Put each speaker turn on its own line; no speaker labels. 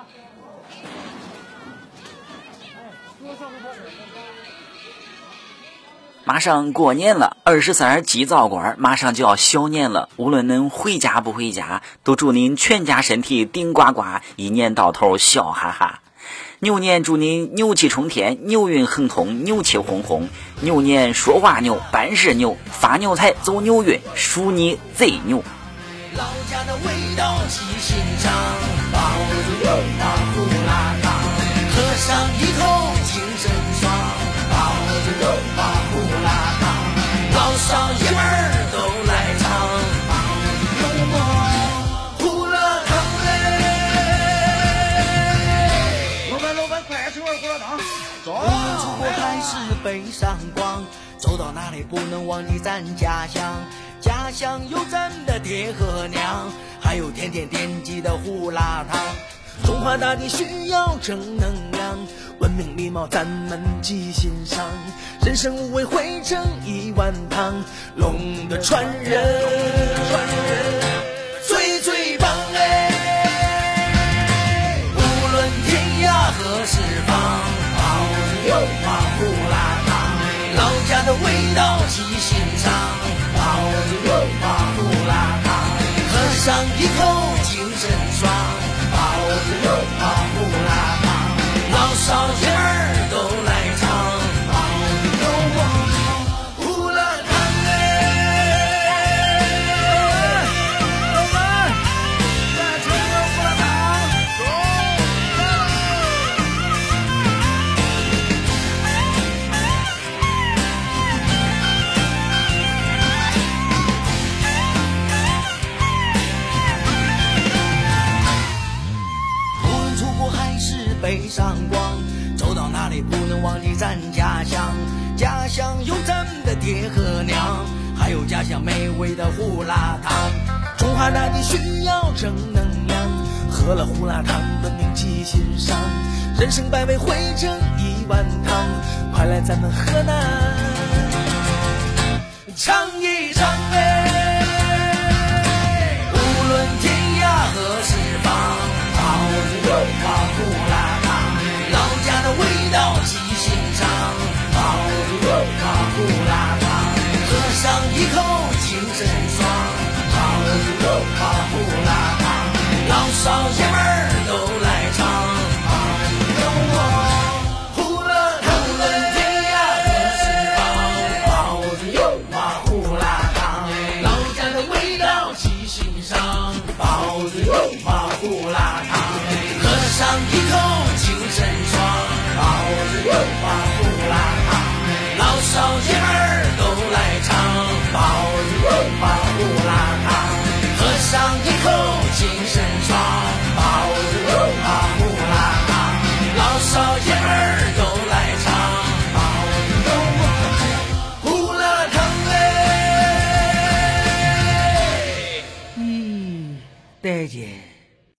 马上过年了，23祭灶官马上就要小年了。无论您回家不回家，都祝您全家身体顶呱呱，一年到头笑哈哈。牛年祝您牛气冲天，牛运亨通，牛气哄哄。牛年说话牛，办事牛，发牛财，走牛运，属你贼牛。
老家的味道记心上，包子肉麻胡辣汤，喝上一口精神爽，包子肉麻胡辣汤，老少爷们儿都来尝，包子肉麻胡辣汤嘞。
老板，快吃碗胡辣汤。走。
无论出国还是北上广，走到哪里不能忘记咱家乡。家乡有咱的爹和娘，还有天天惦记的胡辣汤。中华大地需要正能量，文明礼貌咱们记心上，人生无畏汇成一碗汤，龙的传人最最棒哎！无论天涯何时方，包子肉麻胡辣汤，老家的味道记心上，包子肉麻胡辣汤，喝上一口精神爽，包子肉麻胡辣汤，老少爷们儿都来尝，包子肉麻胡辣汤哎！
老板，再吃一碗胡辣汤。
北上广，走到哪里不能忘记咱家乡。家乡有咱的爹和娘，还有家乡美味的胡辣汤。中华大地需要正能量，喝了胡辣汤文明记心上，人生百味汇成一碗汤。快来咱们河南尝一尝哎！无论天涯何时方，包子肉麻胡辣汤，老家的味道记心上，包子肉麻胡辣汤，喝上一口精神爽，包子肉麻胡辣汤，老少爷们儿都来尝，包子肉麻胡辣汤。无论天涯何时方，包子肉麻胡辣汤，老家的味道记心上，包子肉麻胡辣汤，喝上一口精神爽，包子肉麻胡辣汤，老少爷们儿都来尝，包子肉麻胡辣汤，喝上一口精神爽，包子肉麻胡辣汤，老少爷们儿都来尝，包子肉麻胡辣汤哎！大姐。